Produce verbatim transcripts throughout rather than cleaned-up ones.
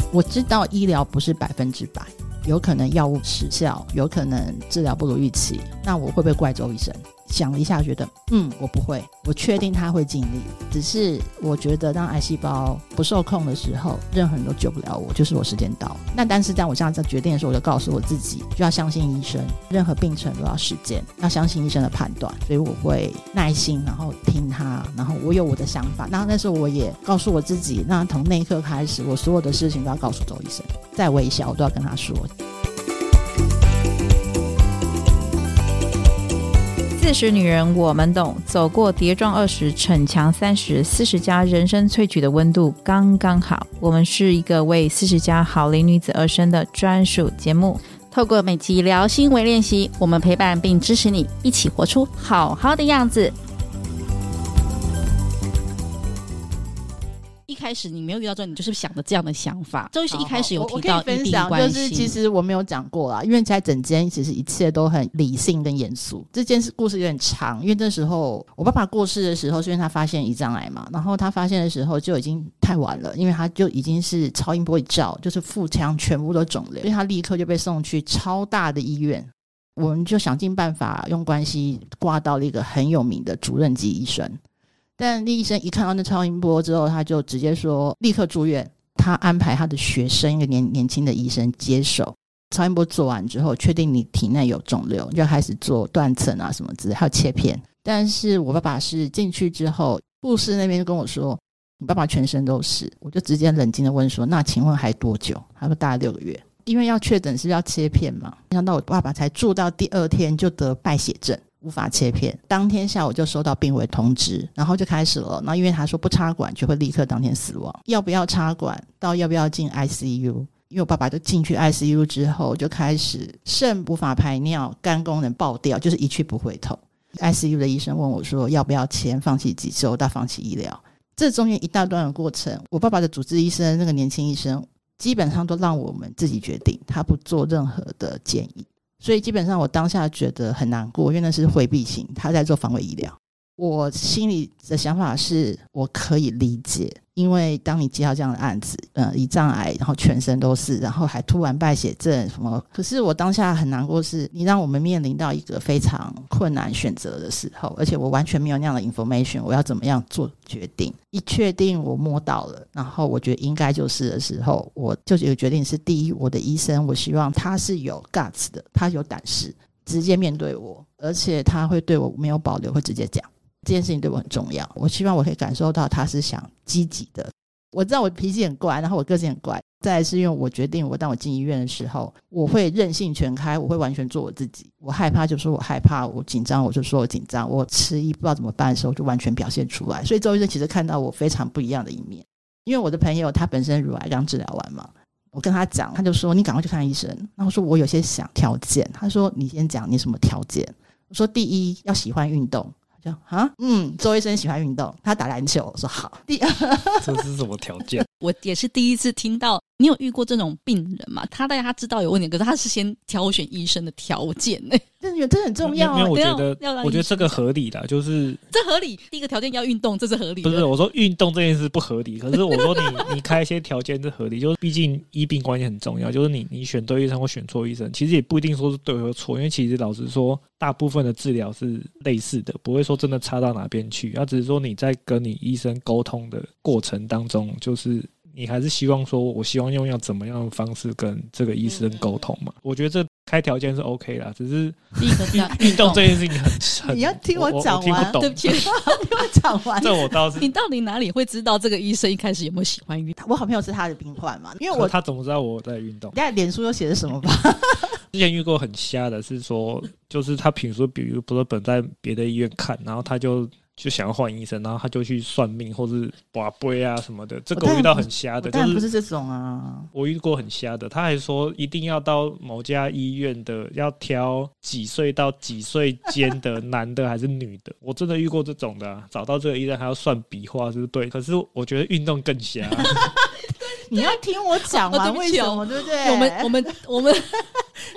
我知道医疗不是百分之百，有可能药物失效，有可能治疗不如预期，那我会不会怪周医生？想了一下觉得嗯我不会，我确定他会尽力，只是我觉得当癌细胞不受控的时候，任何人都救不了我，就是我时间到了。那但是在我这样在决定的时候，我就告诉我自己就要相信医生，任何病程都要时间，要相信医生的判断，所以我会耐心然后听他，然后我有我的想法。那那时候我也告诉我自己，那从那一刻开始我所有的事情都要告诉周医生，再微小我都要跟他说。 四十女人我们懂，走过跌撞二十，逞强三十，四十加人生萃取的温度刚刚好。我们是一个为四十加好龄女子而生的专属节目，透过每集聊心为练习，我们陪伴并支持你一起活出好好的样子。 一开始你没有遇到之后，你就是想的这样的想法。周医师一开始有提到一定关系，就是其实我没有讲过啦，因为在整间其实一切都很理性跟严肃。这件事故事有点长，因为那时候我爸爸过世的时候，是因为他发现胰脏癌嘛，然后他发现的时候就已经太晚了，因为他就已经是超音波一照，就是腹腔全部都肿瘤，所以他立刻就被送去超大的医院。我们就想尽办法用关系挂到了一个很有名的主任级医生。但厉医生一看到那超音波之后，他就直接说立刻住院。他安排他的学生一个 年, 年轻的医生接手。超音波做完之后，确定你体内有肿瘤，就开始做断层啊什么之类，还有切片。但是我爸爸是进去之后，护士那边就跟我说你爸爸全身都是。我就直接冷静的问说那请问还多久？他说大概六个月。因为要确诊是要切片嘛，没想到我爸爸才住到第二天就得败血症，无法切片。当天下午就收到病危通知，然后就开始了。然后因为他说不插管就会立刻当天死亡，要不要插管到要不要进 I C U。 因为我爸爸就进去 I C U 之后就开始肾无法排尿，肝功能爆掉，就是一去不回头。 I C U 的医生问我说要不要签放弃急救到放弃医疗。这中间一大段的过程，我爸爸的主治医生那个年轻医生基本上都让我们自己决定，他不做任何的建议。所以基本上我当下觉得很难过，因为那是回避型，他在做防卫医疗。我心里的想法是我可以理解，因为当你接到这样的案子，呃，胰脏癌，然后全身都是，然后还突然败血症什么，可是我当下很难过，是你让我们面临到一个非常困难选择的时候，而且我完全没有那样的 information， 我要怎么样做决定。一确定我摸到了，然后我觉得应该就是的时候，我就有决定是第一，我的医生我希望他是有 guts 的，他有胆识直接面对我，而且他会对我没有保留，会直接讲这件事情对我很重要。我希望我可以感受到他是想积极的。我知道我脾气很怪，然后我个性很怪，再来是因为我决定我当我进医院的时候，我会任性全开，我会完全做我自己。我害怕就说我害怕，我紧张我就说我紧张，我迟疑不知道怎么办的时候就完全表现出来。所以周医生其实看到我非常不一样的一面。因为我的朋友他本身乳癌刚治疗完嘛，我跟他讲，他就说你赶快去看医生。然后我说我有些想条件，他说你先讲你什么条件。我说第一要喜欢运动。就啊，嗯，周医生喜欢运动，他打篮球。我说好。第二， 这是什么条件？ 我也是第一次听到。你有遇过这种病人吗？他大概他知道有问题，可是他是先挑选医生的条件呢。 这这很重要啊。 因为我觉得，我觉得这个合理啦，就是这合理。第一个条件要运动，这是合理的。 不是我说运动这件事不合理，可是我说你你开一些条件是合理，就是毕竟医病关系很重要，就是你你选对医生或选错医生，其实也不一定说是对或错，因为其实老实说，大部分的治疗是类似的，不会说真的差到哪边去。他只是说你在跟你医生沟通的过程当中，就是你还是希望说我希望用要怎么样的方式跟这个医生沟通嘛。我觉得这开条件是 OK 啦，只是第一个运动这件事情很很你要听我讲完， 对不起，听我讲完。 这我倒是你到底哪里会知道这个医生一开始有没有喜欢运动？ 我好朋友是他的病患嘛，因为我他怎么知道我在运动？ 你在脸书又写的什么吧？ 之前遇过很瞎的是说，就是他比如说比如说本在别的医院看，然后他就就想要换医生，然后他就去算命或是拔杯啊什么的。这个我遇到很瞎的， 当然不是这种啊。 我遇过很瞎的，他还说一定要到某家医院的，要挑几岁到几岁间的男的还是女的。我真的遇过这种的、啊，找到这个医生还要算笔画，是不是对？可是我觉得运动更瞎。 你要听我讲完为什么，对不对？ 我们我们我们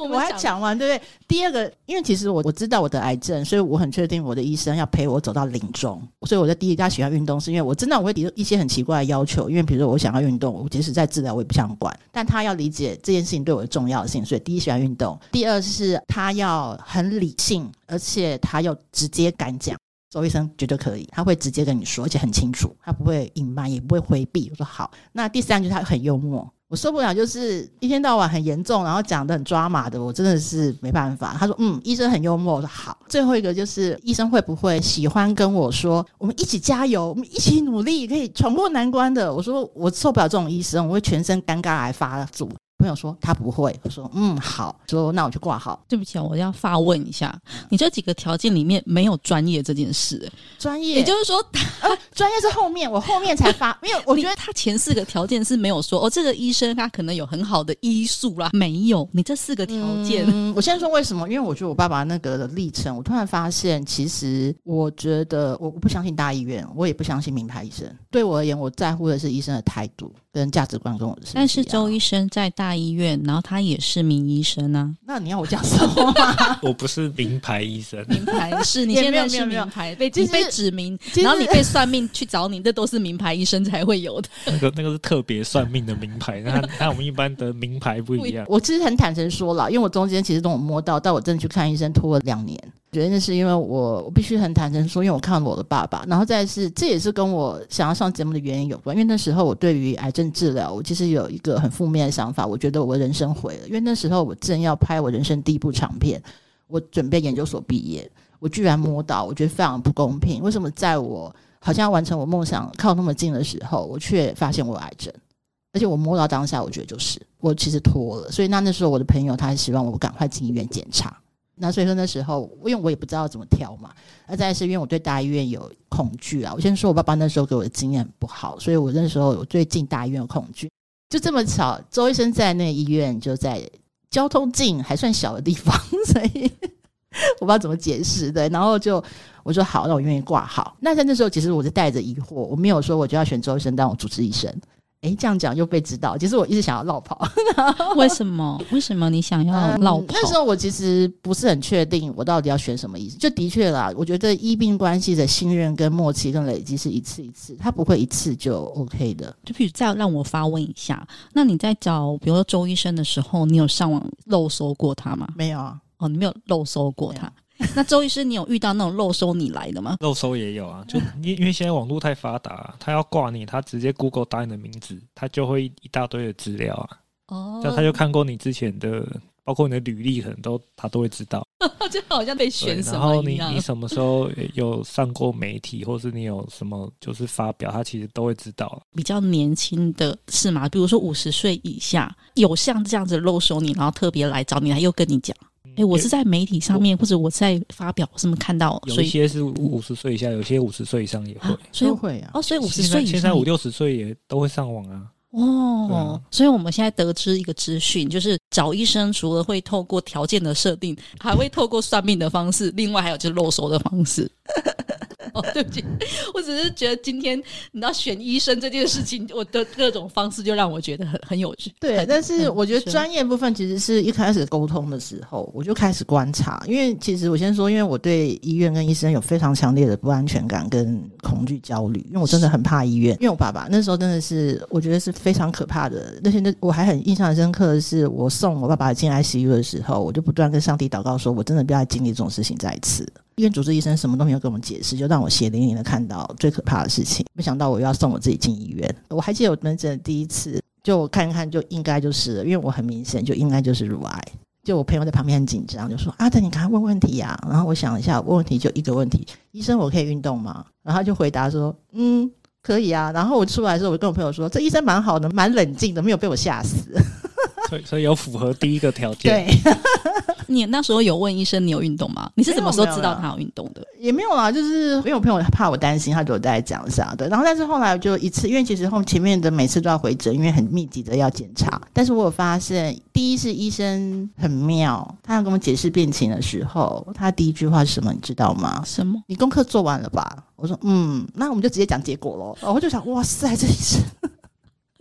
我我还讲完，对不对？第二个，因为其实我我知道我得癌症，所以我很确定我的医生要陪我走到临终，所以我在第一家喜欢运动，是因为我真的我会提出一些很奇怪的要求，因为比如说我想要运动，我即使在治疗我也不想管，但他要理解这件事情对我的重要性，所以第一喜欢运动，第二是他要很理性，而且他要直接敢讲。周医生绝对可以，他会直接跟你说，而且很清楚，他不会隐瞒也不会回避。我说好。那第三就是他很幽默，我受不了就是一天到晚很严重然后讲得很抓马的，我真的是没办法。他说嗯，医生很幽默，我说好。最后一个就是医生会不会喜欢跟我说我们一起加油，我们一起努力可以闯过难关的。我说我受不了这种医生，我会全身尴尬癌发作。朋友说他不会，我说嗯好，说那我去挂号。 对不起，我要发问一下，你这几个条件里面没有专业这件事。 专业也就是说呃，专业是后面我后面才发，因为我觉得他前四个条件是没有说哦，这个医生他可能有很好的医术啦，没有，你这四个条件、 嗯、我先说为什么，因为我觉得我爸爸那个的历程，我突然发现其实我觉得我不相信大医院，我也不相信名牌医生，对我而言我在乎的是医生的态度跟价值观跟我的事情。 但是周医生在大医院，然后他也是名医生啊。 那你要我讲什么吗？ 我不是名牌医生。 名牌是你现在是名牌，被你被指名，然后你被算命去找你，这都是名牌医生才会有的。 那个那个是特别算命的名牌，那那我们一般的名牌不一样。 我其实很坦诚说了，因为我中间其实都有摸到，但我真的去看医生拖了两年。觉得那是因为我我必须很坦诚说，因为我看了我的爸爸，然后再是这也是跟我想要上节目的原因有关。因为那时候我对于癌症治疗，我其实有一个很负面的想法，我觉得我人生毁了。因为那时候我正要拍我人生第一部长片，我准备研究所毕业，我居然摸到，我觉得非常不公平。为什么在我好像要完成我梦想靠那么近的时候，我却发现我有癌症？而且我摸到当下，我觉得就是我其实拖了。所以那那时候我的朋友他还希望我赶快进医院检查。那所以说那时候因为我也不知道怎么挑嘛，那再来是因为我对大医院有恐惧啊。我先说我爸爸那时候给我的经验很不好，所以我那时候我对进大医院有恐惧。就这么巧，周医生在那个医院就在交通近还算小的地方，所以我不知道怎么解释。对，然后就我说好，那我愿意挂号。那在那时候其实我是带着疑惑，我没有说我就要选周医生当我主治医生。诶，这样讲又被知道，其实我一直想要落跑。 为什么？为什么你想要落跑、嗯？ 那时候我其实不是很确定我到底要选什么医生。就的确啦，我觉得医病关系的信任跟默契跟累积是一次一次，它不会一次就 OK 的。 就比如再让我发问一下，那你在找比如说周医生的时候，你有上网漏搜过他吗？ 没有啊。 哦，你没有漏搜过他。那周医师，你有遇到那种漏搜你来的吗？ 漏搜也有啊，就因为现在网络太发达、啊，他要挂你，他直接 Google 打你的名字，他就会一大堆的资料啊。哦，他就看过你之前的，包括你的履历，可能都他都会知道。 就好像被选什么一样。 然后你你什么时候有上过媒体，或是你有什么就是发表，他其实都会知道。 比较年轻的是吗？比如说五十岁以下，有像这样子漏搜你，然后特别来找你，还又跟你讲。欸、我是在媒体上面，或者我在发表什么看到， 有一些是五十岁以下，有些五十岁以上也会， 啊、所以会啊。 哦，所以五十岁以上， 现在五六十岁也都会上网啊。 哦、啊，所以我们现在得知一个资讯，就是找医生除了会透过条件的设定，还会透过算命的方式，另外还有就是漏搜的方式。哦，对不起，我只是觉得今天你知道选医生这件事情，我的各种方式就让我觉得很很有趣。 对，但是我觉得专业部分其实是一开始沟通的时候，我就开始观察，因为其实我先说，因为我对医院跟医生有非常强烈的不安全感跟恐惧焦虑，因为我真的很怕医院。因为我爸爸那时候真的是，我觉得是非常可怕的。那些我还很印象很深刻的是，我送我爸爸进 I C U 的时候，我就不断跟上帝祷告说，我真的不要再经历这种事情再一次。医院主治医生什么都没有跟我们解释，就让我血淋淋的看到最可怕的事情。没想到我又要送我自己进医院。我还记得我门诊第一次，就我看看就应该就是了，因为我很明显就应该就是乳癌。就我朋友在旁边很紧张，就说阿德你赶快问问题啊。然后我想一下，问问题就一个问题，医生我可以运动吗？然后他就回答说嗯可以啊。然后我出来的时候，我跟我朋友说这医生蛮好的，蛮冷静的，没有被我吓死。 所以所以有符合第一个条件。 对。 你那时候有问医生你有运动吗？你是什么时候知道他有运动的？ 也没有啦，就是因为我朋友怕我担心，他就大概讲一下的。然后但是后来我就一次，因为其实后前面的每次都要回诊，因为很密集的要检查。但是我有发现，第一是医生很妙，他要跟我解释病情的时候，他第一句话是什么你知道吗？ 什么？ 你功课做完了吧？我说嗯，那我们就直接讲结果咯。然后我就想哇塞，这医生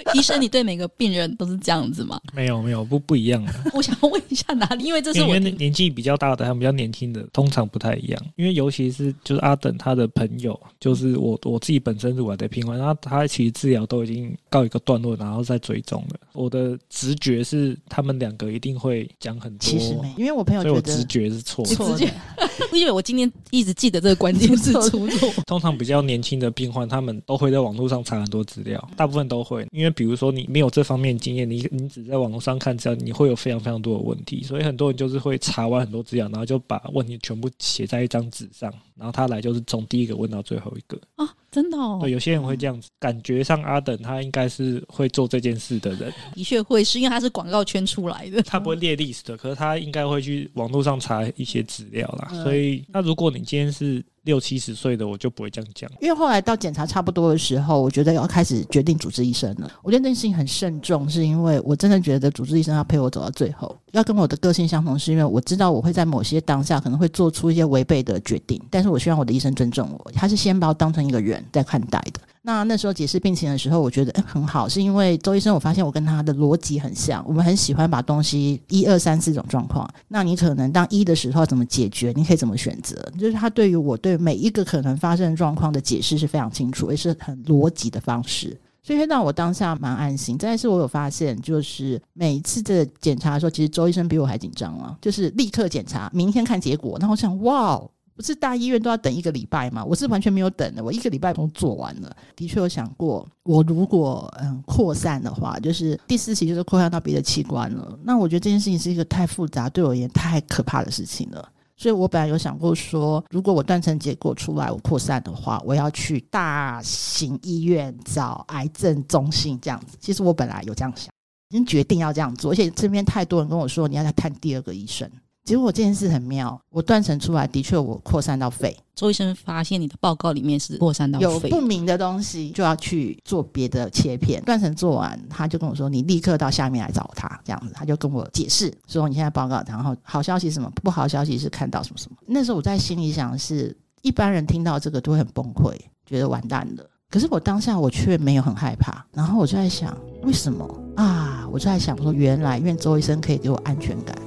医生，你对每个病人都是这样子吗？ 没有没有，不不一样的。 我想问一下哪里，因为这是我因为年纪比较大的和比较年轻的通常不太一样，因为尤其是就是阿等他的朋友，就是我我自己本身乳癌的病患，然后他其实治疗都已经告一个段落，然后再追踪了。我的直觉是他们两个一定会讲很多， 其实没，因为我朋友觉得所以我直觉是错的。 错的， 因为我今天一直记得这个关键字出错。 通常比较年轻的病患，他们都会在网络上查很多资料，大部分都会，因为比如说你没有这方面经验，你你只在网络上看资料，你会有非常非常多的问题，所以很多人就是会查完很多资料，然后就把问题全部写在一张纸上，然后他来就是从第一个问到最后一个啊，真的哦。 对，有些人会这样子，感觉上阿等他应该是会做这件事的人， 的确会，是因为他是广告圈出来的， 他不会列 list 的，可是他应该会去网络上查一些资料啦、 嗯、 所以那如果你今天是六七十岁的，我就不会这样讲。 因为后来到检查差不多的时候，我觉得要开始决定主治医生了。我觉得这件事情很慎重，是因为我真的觉得主治医生要陪我走到最后，要跟我的个性相同，是因为我知道我会在某些当下可能会做出一些违背的决定，但是我希望我的医生尊重我，他是先把我当成一个人在看待的。那那时候解释病情的时候，我觉得、嗯、很好，是因为周医生我发现我跟他的逻辑很像，我们很喜欢把东西一二三四种状况，那你可能当一的时候怎么解决，你可以怎么选择，就是他对于我对每一个可能发生的状况的解释是非常清楚，也是很逻辑的方式，所以会让我当下蛮安心。再来是我有发现，就是每一次的检查的时候，其实周医生比我还紧张啊，就是立刻检查，明天看结果。然后我想，哇，不是大医院都要等一个礼拜吗？我是完全没有等的，我一个礼拜都做完了。的确有想过，我如果嗯扩散的话，就是第四期就是扩散到别的器官了，那我觉得这件事情是一个太复杂，对我而言太可怕的事情了。所以我本来有想过说，如果我断层结果出来我扩散的话，我要去大型医院找癌症中心这样子。其实我本来有这样想，已经决定要这样做，而且这边太多人跟我说你要再看第二个医生。结果这件事很妙，我断层出来的确我扩散到肺， 周医生发现你的报告里面是扩散到肺， 有不明的东西就要去做别的切片。断层做完他就跟我说你立刻到下面来找他，这样子他就跟我解释说你现在报告，然后好消息是什么，不好消息是看到什么什么。那时候我在心里想是一般人听到这个都会很崩溃，觉得完蛋了，可是我当下我却没有很害怕。然后我就在想为什么啊，我就在想说原来因为周医生可以给我安全感。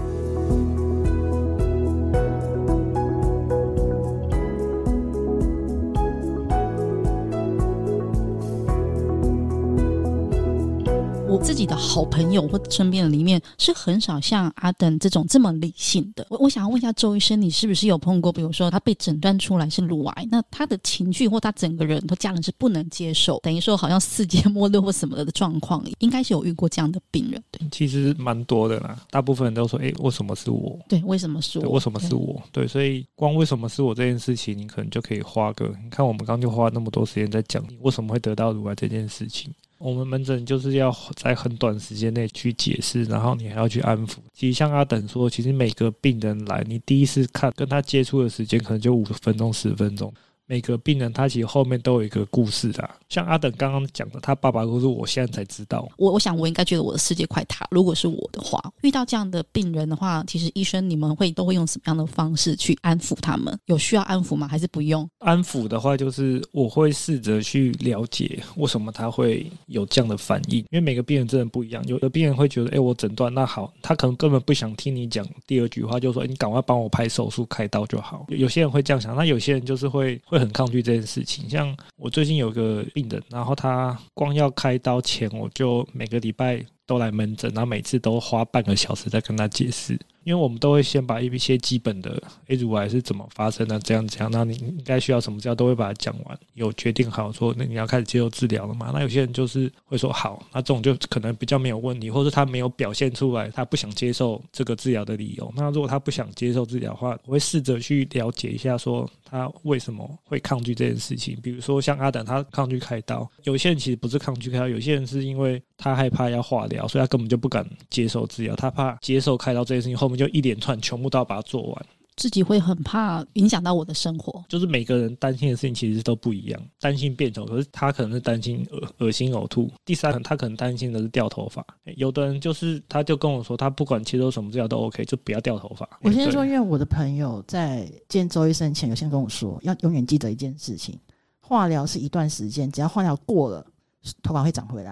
我自己的好朋友或身边的里面是很少像阿等这种这么理性的。我我想要问一下周医生，你是不是有碰过比如说他被诊断出来是乳癌，那他的情绪或他整个人或家人是不能接受，等于说好像世界末日或什么的状况，应该是有遇过这样的病人。对， 其实蛮多的啦，大部分人都说诶为什么是我， 对，为什么是我， 为什么是我， 对, 对，所以光为什么是我这件事情你可能就可以花个，你看我们刚刚就花那么多时间在讲你为什么会得到乳癌这件事情。我们门诊就是要在很短时间内去解释，然后你还要去安抚。其实像阿等说，其实每个病人来，你第一次看跟他接触的时间可能就五分钟十分钟，每个病人他其实后面都有一个故事的、啊、像阿等刚刚讲的他爸爸的故事，我现在才知道。 我我想我应该觉得我的世界快塌，如果是我的话，遇到这样的病人的话，其实医生你们会都会用什么样的方式去安抚他们？有需要安抚吗？还是不用？ 安抚的话就是我会试着去了解为什么他会有这样的反应，因为每个病人真的不一样。有的病人会觉得诶我诊断那好，他可能根本不想听你讲第二句话，就说诶你赶快帮我排手术开刀就好。有些人会这样想，那有些人就是会会很抗拒这件事情。像我最近有个病人，然后他光要开刀前我就每个礼拜都来门诊，然后每次都花半个小时在跟他解释，因为我们都会先把一些基本的诶乳癌是怎么发生的，这样这样，那你应该需要什么治疗都会把它讲完，有决定好说那你要开始接受治疗了嘛？那有些人就是会说好，那这种就可能比较没有问题，或者他没有表现出来他不想接受这个治疗的理由。那如果他不想接受治疗的话，我会试着去了解一下说他为什么会抗拒这件事情。比如说像阿等他抗拒开刀，有些人其实不是抗拒开刀，有些人是因为他害怕要化疗，所以他根本就不敢接受治疗，他怕接受开刀这件事情后面就一连串全部都要把它做完， 自己会很怕影响到我的生活。 就是每个人担心的事情其实都不一样，担心变丑，可是他可能是担心恶心呕吐。第三，他可能担心的是掉头发。有的人就是他就跟我说他不管接受什么治疗都 OK， 就不要掉头发。 我先说，因为我的朋友在见周医生前有先跟我说要永远记得一件事情，化疗是一段时间，只要化疗过了头发会长回来，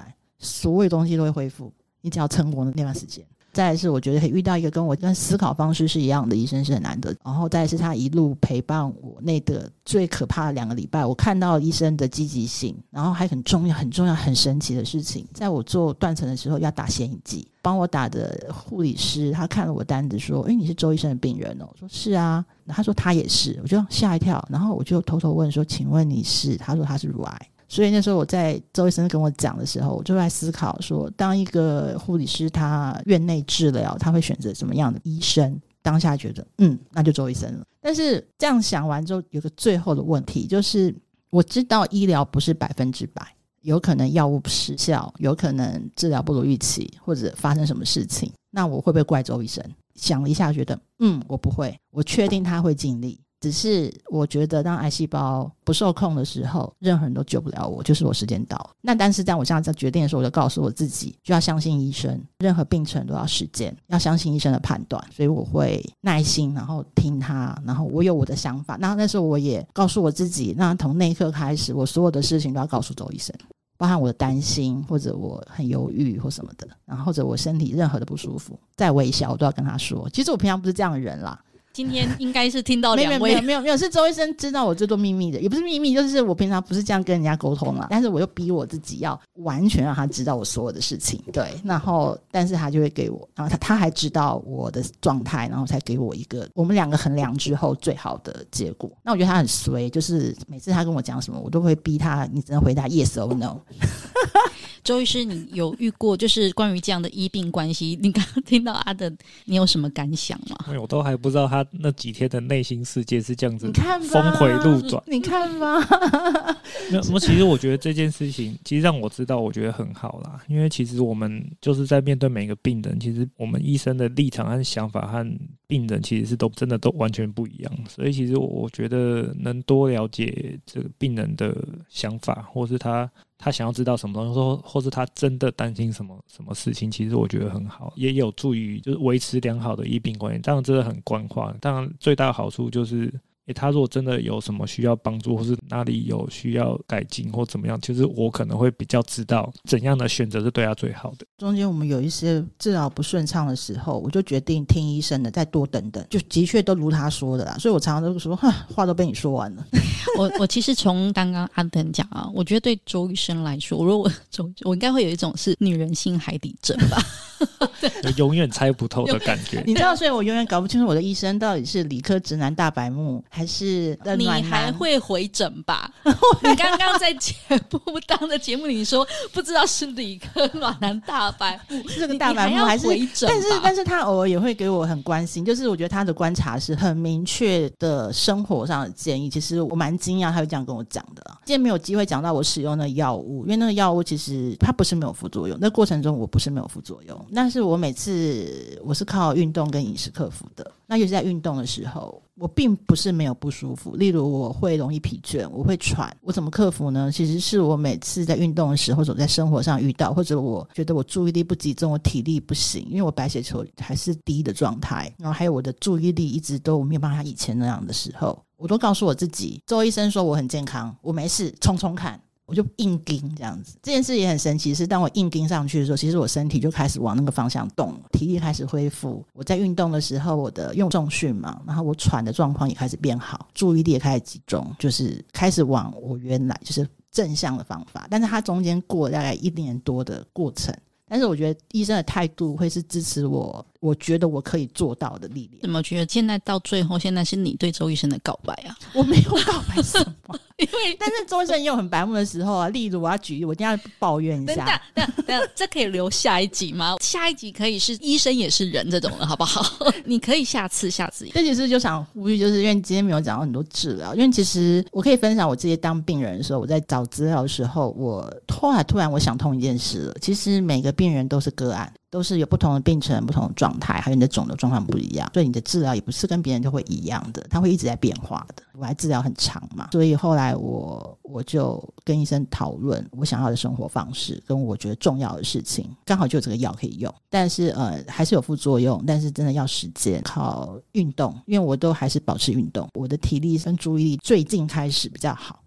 所有东西都会恢复，你只要撑过那段时间。再来是我觉得可以遇到一个跟我跟思考方式是一样的医生是很难得，然后再来是他一路陪伴我那个最可怕的两个礼拜，我看到医生的积极性，然后还很重要很重要很神奇的事情，在我做断层的时候要打显影剂，帮我打的护理师他看了我单子说，诶，你是周医生的病人哦，我说是啊，他说他也是，我就吓一跳，然后我就偷偷问说请问你是，他说他是乳癌。所以那时候我在周医生跟我讲的时候，我就在思考说，当一个护理师他院内治疗他会选择什么样的医生，当下觉得嗯那就周医生了。但是这样想完之后有个最后的问题，就是我知道医疗不是百分之百，有可能药物失效，有可能治疗不如预期，或者发生什么事情，那我会不会怪周医生？想了一下觉得嗯我不会，我确定他会尽力，只是我觉得当癌细胞不受控的时候，任何人都救不了我，就是我时间到了。那但是在我现在在决定的时候，我就告诉我自己就要相信医生，任何病程都要时间，要相信医生的判断，所以我会耐心然后听他，然后我有我的想法。那那时候我也告诉我自己，那从那一刻开始我所有的事情都要告诉周医生，包含我的担心或者我很犹豫或什么的，然后或者我身体任何的不舒服再微小我都要跟他说。其实我平常不是这样的人啦， 今天应该是听到两位没有没有没有没有是周医生知道我最多秘密的，也不是秘密，就是我平常不是这样跟人家沟通啦，但是我又逼我自己要完全让他知道我所有的事情，对，然后但是他就会给我，然后他他还知道我的状态，然后才给我一个我们两个衡量之后最好的结果。那我觉得他很衰，就是每次他跟我讲什么我都会逼他你只能回答 yes or no 周医师，你有遇过就是关于这样的医病关系，你刚刚听到阿德你有什么感想吗？ 因为我都还不知道他那几天的内心世界是这样子峰回路转， 你看吧那么其实我觉得这件事情其实让我知道我觉得很好啦，因为其实我们就是在面对每个病人，其实我们医生的立场和想法和病人其实是都真的都完全不一样，所以其实我觉得能多了解这个病人的想法，或是他他想要知道什么东西，或或是他真的担心什么什么事情，其实我觉得很好，也有助于就是维持良好的医病关系。当然这个很官话，当然最大的好处就是欸、他如果真的有什么需要帮助，或是哪里有需要改进或怎么样，就是我可能会比较知道怎样的选择是对他最好的。 中间我们有一些治疗不顺畅的时候，我就决定听医生的，再多等等，就的确都如他说的啦。所以我常常都说话都被你说完了我我其实从刚刚阿登讲啊，我觉得对周医生来说，如果我我应该会有一种是女人心海底针吧永远猜不透的感觉你知道，所以我永远搞不清楚我的医生到底是理科直男大白目还是暖男。 你还会回诊吧你刚刚在节目当的节目里说不知道是理科暖男大白目， 是这个大白目还是回诊？ 但是但是他偶尔也会给我很关心，就是我觉得他的观察是很明确的生活上的建议，其实我蛮惊讶他会这样跟我讲的。今天没有机会讲到我使用的药物，因为那个药物其实它不是没有副作用，那过程中我不是没有副作用，但是我每次我是靠运动跟饮食克服的。那尤其在运动的时候，我并不是没有不舒服，例如我会容易疲倦，我会喘，我怎么克服呢？其实是我每次在运动的时候，或者在生活上遇到，或者我觉得我注意力不集中，我体力不行，因为我白血球还是低的状态，然后还有我的注意力一直都没有办法以前那样的时候，我都告诉我自己，周医生说我很健康，我没事，冲冲看，我就硬盯这样子。这件事也很神奇，是当我硬盯上去的时候，其实我身体就开始往那个方向动，体力开始恢复。我在运动的时候，我的用重训嘛，然后我喘的状况也开始变好，注意力也开始集中，就是开始往我原来就是正向的方法。但是它中间过了大概一年多的过程，但是我觉得医生的态度会是支持我，我觉得我可以做到的力量。 怎么觉得现在到最后，现在是你对周医生的告白啊？ 我没有告白什么因为但是周医生也有很白目的时候啊，例如我要举例，我一定要抱怨一下。 等等等，这可以留下一集吗？下一集可以是医生也是人这种的，好不好？你可以下次下次。 这其实就想呼吁，就是因为今天没有讲到很多治疗，因为其实我可以分享我自己当病人的时候，我在找资料的时候，我后来突然我想通一件事了，其实每个病人都是个案，都是有不同的病程、不同的状态，还有你的肿瘤状况不一样，所以你的治疗也不是跟别人都会一样的，它会一直在变化的。我还治疗很长嘛，所以后来我我就跟医生讨论我想要的生活方式跟我觉得重要的事情，刚好就有这个药可以用，但是呃还是有副作用，但是真的要时间，靠运动，因为我都还是保持运动，我的体力跟注意力最近开始比较好。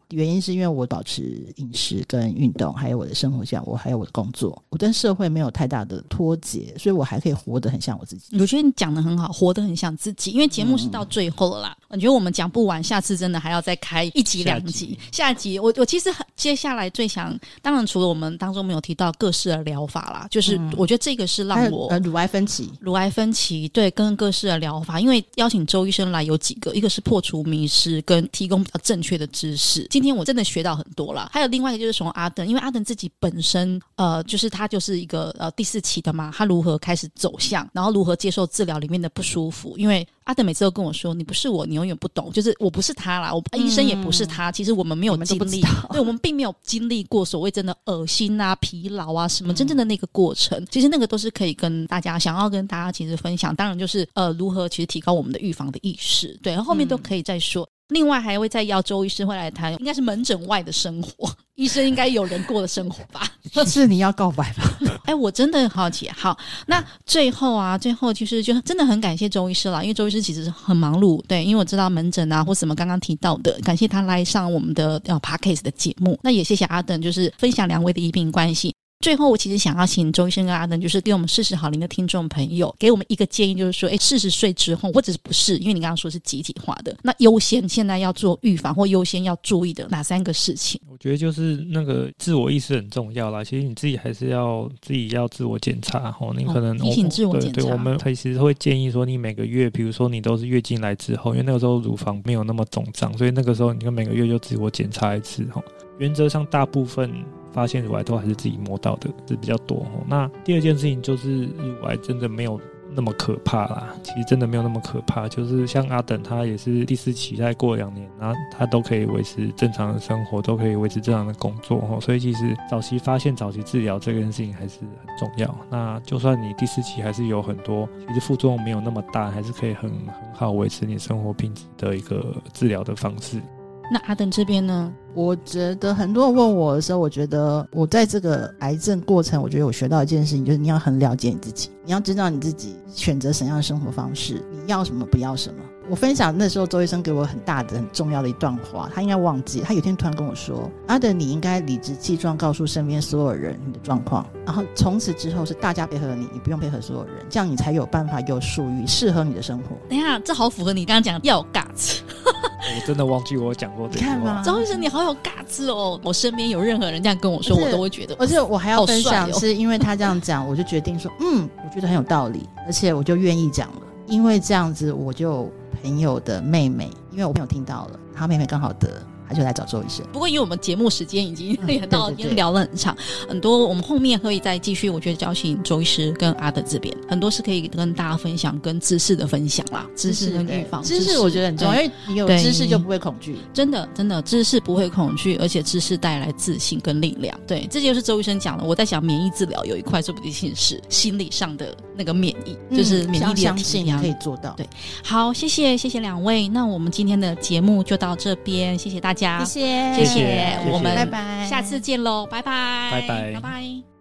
原因是因为我保持饮食跟运动，还有我的生活习惯，我还有我的工作，我跟社会没有太大的脱节，所以我还可以活得很像我自己。 我觉得你讲得很好，活得很像自己，因为节目是到最后了啦，我、嗯、觉得我们讲不完，下次真的还要再开一集两集。下集我我其实接下来最想，当然除了我们当中没有提到各式的疗法啦，就是我觉得这个是让我、 嗯、呃乳癌分期， 乳癌分期对，跟各式的疗法，因为邀请周医生来有几个，一个是破除迷思跟提供比较正确的知识，今天我真的学到很多啦。还有另外一个就是从阿登，因为阿登自己本身呃，就是他就是一个呃第四期的嘛，他如何开始走向，然后如何接受治疗里面的不舒服，因为阿登每次都跟我说你不是我，你永远不懂，就是我不是他啦，我、嗯、医生也不是他，其实我们没有经历，对，我们并没有经历过所谓真的恶心啊疲劳啊什么真正的那个过程、嗯、其实那个都是可以跟大家想要跟大家其实分享，当然就是呃如何其实提高我们的预防的意识，对，然后后面都可以再说、嗯，另外还会再邀周医师会来谈，应该是门诊外的生活，医生应该有人过的生活吧？ 是你要告白吧？ 哎，我真的很好奇。好，那最后啊，最后就是就真的很感谢周医师啦，因为周医师其实很忙碌，对，因为我知道门诊啊或什么刚刚提到的，感谢他来上我们的呃 Podcast 的节目。那也谢谢阿登，就是分享两位的医病关系。最后我其实想要请周医生跟阿登，就是给我们四十好龄的听众朋友给我们一个建议，就是说诶四十岁之后或者是不是，因为你刚刚说是集体化的，那优先现在要做预防或优先要注意的哪三个事情？ 我觉得就是那个自我意识很重要啦，其实你自己还是要自己要自我检查齁，你可能、 哦、提醒自我检查， 对对，我们其实会建议说你每个月比如说你都是月经来之后，因为那个时候乳房没有那么肿胀，所以那个时候你每个月就自我检查一次齁，原则上大部分发现乳癌都还是自己摸到的，是比较多。那第二件事情就是乳癌真的没有那么可怕啦，其实真的没有那么可怕，就是像阿等他也是第四期，再过两年然后他都可以维持正常的生活，都可以维持正常的工作，所以其实早期发现早期治疗这件事情还是很重要。那就算你第四期还是有很多其实副作用没有那么大，还是可以很很好维持你生活品质的一个治疗的方式。 那阿登这边呢？ 我觉得很多人问我的时候，我觉得我在这个癌症过程，我觉得我学到一件事情，就是你要很了解你自己，你要知道你自己选择什么样的生活方式，你要什么不要什么。我分享那时候周医生给我很大的很重要的一段话，他应该忘记，他有一天突然跟我说，阿德你应该理直气壮告诉身边所有人你的状况，然后从此之后是大家配合你，你不用配合所有人，这样你才有办法有属于适合你的生活。 等一下，这好符合你刚刚讲要有 guts 我真的忘记我讲过这句话。 你看吗？ 周医生你好有 guts 哦，我身边有任何人这样跟我说我都会觉得， 而且我还要分享是因为他这样讲我就决定说嗯，我觉得很有道理，而且我就愿意讲了，因为这样子我就朋友的妹妹，因为我朋友听到了，他妹妹刚好得，他就来找周医生。 不过因为我们节目时间已经也到，已经聊了很长，很多我们后面可以再继续，我觉得邀请周医师跟阿德这边很多是可以跟大家分享跟知识的分享啦，知识跟预防知识我觉得很重要，因为你有知识就不会恐惧， 真的真的知识不会恐惧，而且知识带来自信跟力量。对，这就是周医生讲的。我在想免疫治疗有一块说不定是心理上的那个免疫、嗯、就是免疫力的相信你可以做到。 对，好，谢谢谢谢两位，那我们今天的节目就到这边，谢谢大家， 谢谢谢谢， 谢谢我们拜拜， 下次见喽，拜拜， 拜拜， 拜拜。